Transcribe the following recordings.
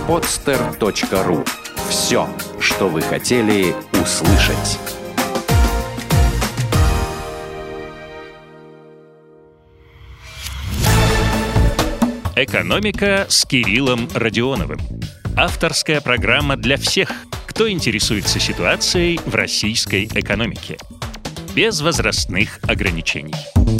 podster.ru. Все, что вы хотели услышать. «Экономика» с Кириллом Родионовым. Авторская программа для всех, кто интересуется ситуацией в российской экономике. Без возрастных ограничений.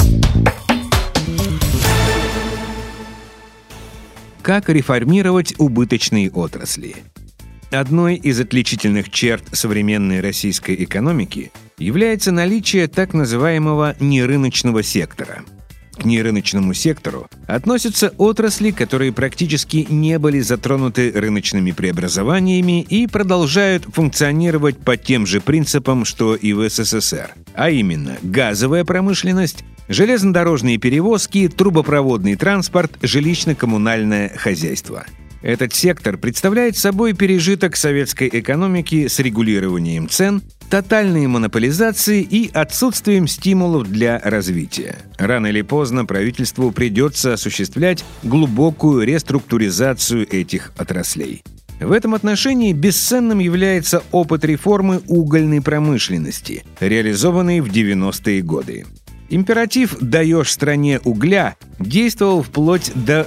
Как реформировать убыточные отрасли? Одной из отличительных черт современной российской экономики является наличие так называемого нерыночного сектора. К нерыночному сектору относятся отрасли, которые практически не были затронуты рыночными преобразованиями и продолжают функционировать по тем же принципам, что и в СССР, а именно газовая промышленность, железнодорожные перевозки, трубопроводный транспорт, жилищно-коммунальное хозяйство. Этот сектор представляет собой пережиток советской экономики с регулированием цен, тотальной монополизацией и отсутствием стимулов для развития. Рано или поздно правительству придется осуществлять глубокую реструктуризацию этих отраслей. В этом отношении бесценным является опыт реформы угольной промышленности, реализованный в 90-е годы. Императив «даешь стране угля» действовал вплоть до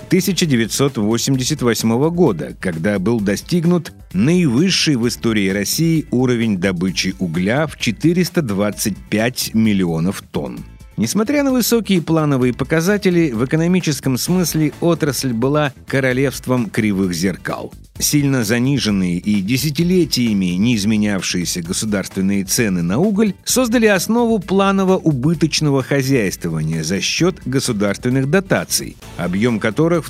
1988 года, когда был достигнут наивысший в истории России уровень добычи угля в 425 миллионов тонн. Несмотря на высокие плановые показатели, в экономическом смысле отрасль была королевством кривых зеркал. Сильно заниженные и десятилетиями не изменявшиеся государственные цены на уголь создали основу планово-убыточного хозяйствования за счет государственных дотаций, объем которых в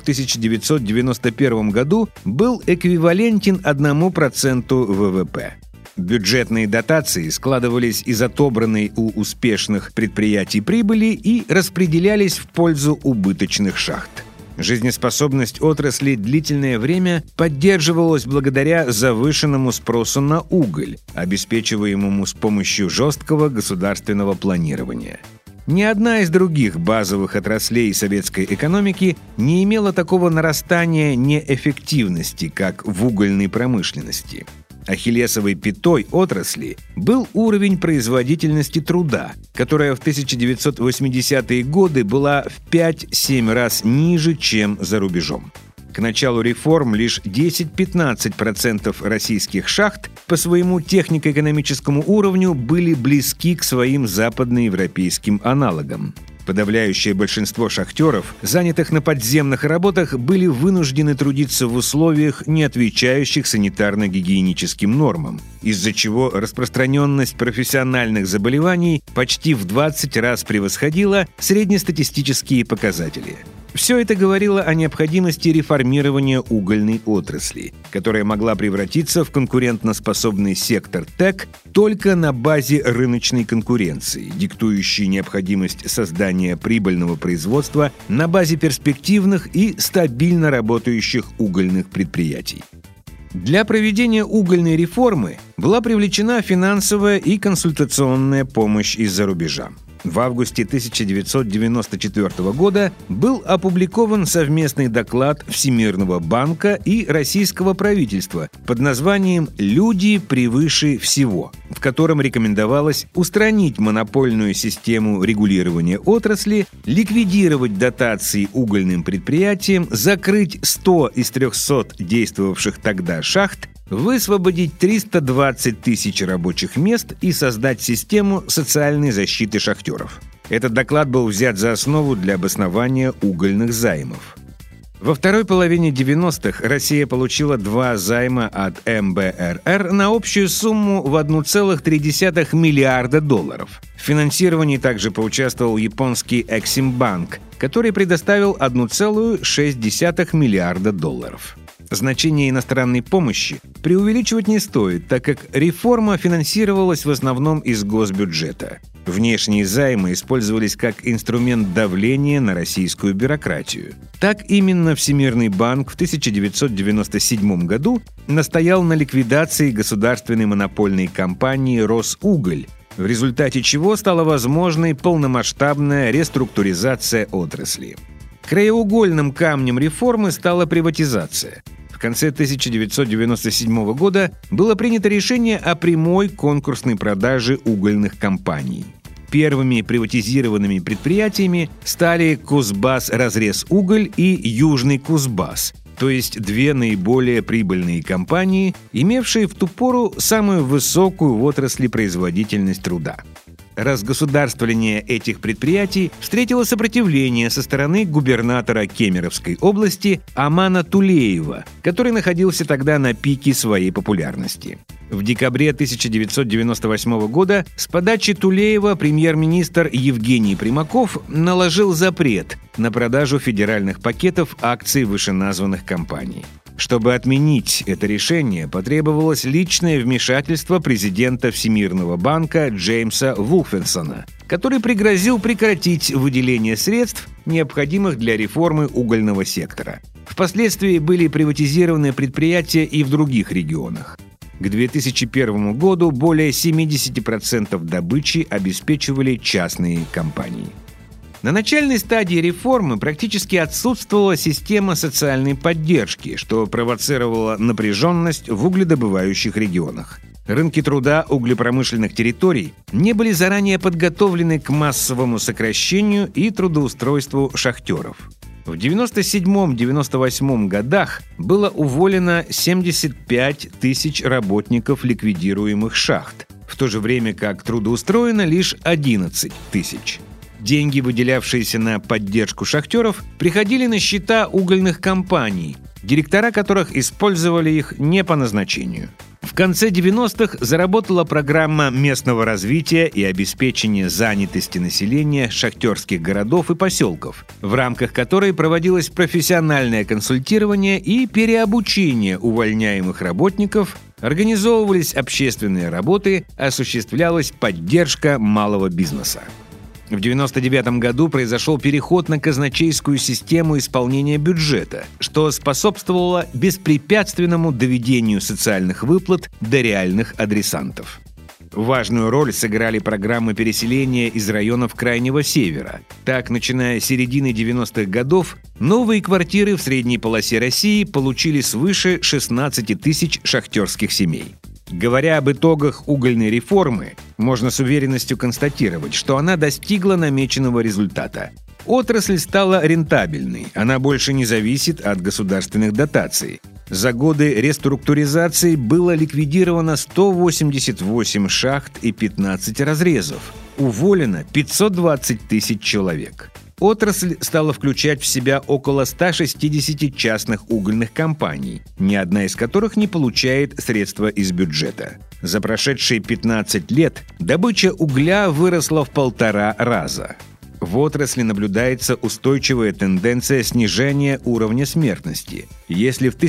1991 году был эквивалентен 1% ВВП. Бюджетные дотации складывались из отобранной у успешных предприятий прибыли и распределялись в пользу убыточных шахт. Жизнеспособность отрасли длительное время поддерживалась благодаря завышенному спросу на уголь, обеспечиваемому с помощью жесткого государственного планирования. Ни одна из других базовых отраслей советской экономики не имела такого нарастания неэффективности, как в угольной промышленности. Ахиллесовой пятой отрасли был уровень производительности труда, которая в 1980-е годы была в 5-7 раз ниже, чем за рубежом. К началу реформ лишь 10-15% российских шахт по своему технико-экономическому уровню были близки к своим западноевропейским аналогам. Подавляющее большинство шахтеров, занятых на подземных работах, были вынуждены трудиться в условиях, не отвечающих санитарно-гигиеническим нормам, из-за чего распространенность профессиональных заболеваний почти в 20 раз превосходила среднестатистические показатели. Все это говорило о необходимости реформирования угольной отрасли, которая могла превратиться в конкурентоспособный сектор ТЭК только на базе рыночной конкуренции, диктующей необходимость создания прибыльного производства на базе перспективных и стабильно работающих угольных предприятий. Для проведения угольной реформы была привлечена финансовая и консультационная помощь из-за рубежа. В августе 1994 года был опубликован совместный доклад Всемирного банка и российского правительства под названием «Люди превыше всего», в котором рекомендовалось устранить монопольную систему регулирования отрасли, ликвидировать дотации угольным предприятиям, закрыть 100 из 300 действовавших тогда шахт, высвободить 320 тысяч рабочих мест и создать систему социальной защиты шахтеров. Этот доклад был взят за основу для обоснования угольных займов. Во второй половине 90-х Россия получила 2 займа от МБРР на общую сумму в $1,3 миллиарда. В финансировании также поучаствовал японский Эксимбанк, который предоставил $1,6 миллиарда. Значение иностранной помощи преувеличивать не стоит, так как реформа финансировалась в основном из госбюджета. Внешние займы использовались как инструмент давления на российскую бюрократию. Так именно Всемирный банк в 1997 году настоял на ликвидации государственной монопольной компании «Росуголь», в результате чего стала возможной полномасштабная реструктуризация отрасли. Краеугольным камнем реформы стала приватизация. В конце 1997 года было принято решение о прямой конкурсной продаже угольных компаний. Первыми приватизированными предприятиями стали Кузбасс-Разрезуголь и Южный Кузбасс, то есть две наиболее прибыльные компании, имевшие в ту пору самую высокую в отрасли производительность труда. Разгосударствление этих предприятий встретило сопротивление со стороны губернатора Кемеровской области Амана Тулеева, который находился тогда на пике своей популярности. В декабре 1998 года с подачи Тулеева премьер-министр Евгений Примаков наложил запрет на продажу федеральных пакетов акций вышеназванных компаний. Чтобы отменить это решение, потребовалось личное вмешательство президента Всемирного банка Джеймса Вулфенсона, который пригрозил прекратить выделение средств, необходимых для реформы угольного сектора. Впоследствии были приватизированы предприятия и в других регионах. К 2001 году более 70% добычи обеспечивали частные компании. На начальной стадии реформы практически отсутствовала система социальной поддержки, что провоцировало напряженность в угледобывающих регионах. Рынки труда углепромышленных территорий не были заранее подготовлены к массовому сокращению и трудоустройству шахтеров. В 1997-1998 годах было уволено 75 тысяч работников ликвидируемых шахт, в то же время как трудоустроено лишь 11 тысяч. Деньги, выделявшиеся на поддержку шахтеров, приходили на счета угольных компаний, директора которых использовали их не по назначению. В конце 90-х заработала программа местного развития и обеспечения занятости населения шахтерских городов и поселков, в рамках которой проводилось профессиональное консультирование и переобучение увольняемых работников, организовывались общественные работы, осуществлялась поддержка малого бизнеса. В 1999 году произошел переход на казначейскую систему исполнения бюджета, что способствовало беспрепятственному доведению социальных выплат до реальных адресантов. Важную роль сыграли программы переселения из районов Крайнего Севера. Так, начиная с середины 90-х годов, новые квартиры в средней полосе России получили свыше 16 тысяч шахтерских семей. Говоря об итогах угольной реформы, можно с уверенностью констатировать, что она достигла намеченного результата. Отрасль стала рентабельной, она больше не зависит от государственных дотаций. За годы реструктуризации было ликвидировано 188 шахт и 15 разрезов. Уволено 520 тысяч человек. Отрасль стала включать в себя около 160 частных угольных компаний, ни одна из которых не получает средства из бюджета. За прошедшие 15 лет добыча угля выросла в 1,5 раза. В отрасли наблюдается устойчивая тенденция снижения уровня смертности. Если в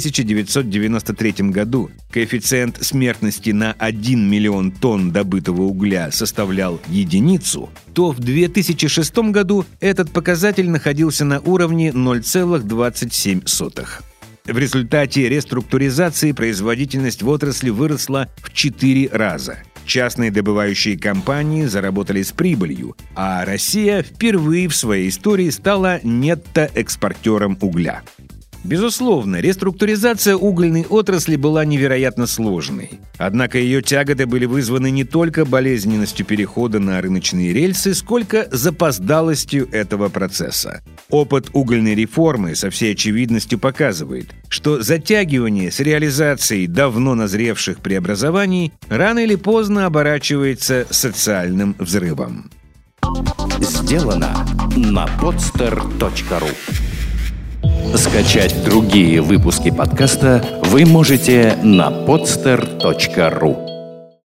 1993 году коэффициент смертности на 1 миллион тонн добытого угля составлял единицу, то в 2006 году этот показатель находился на уровне 0,27. В результате реструктуризации производительность в отрасли выросла в 4 раза. Частные добывающие компании заработали с прибылью, а Россия впервые в своей истории стала нетто-экспортером угля. Безусловно, реструктуризация угольной отрасли была невероятно сложной. Однако ее тяготы были вызваны не только болезненностью перехода на рыночные рельсы, сколько запоздалостью этого процесса. Опыт угольной реформы со всей очевидностью показывает, что затягивание с реализацией давно назревших преобразований рано или поздно оборачивается социальным взрывом. Сделано на podster.ru. Скачать другие выпуски подкаста вы можете на podster.ru.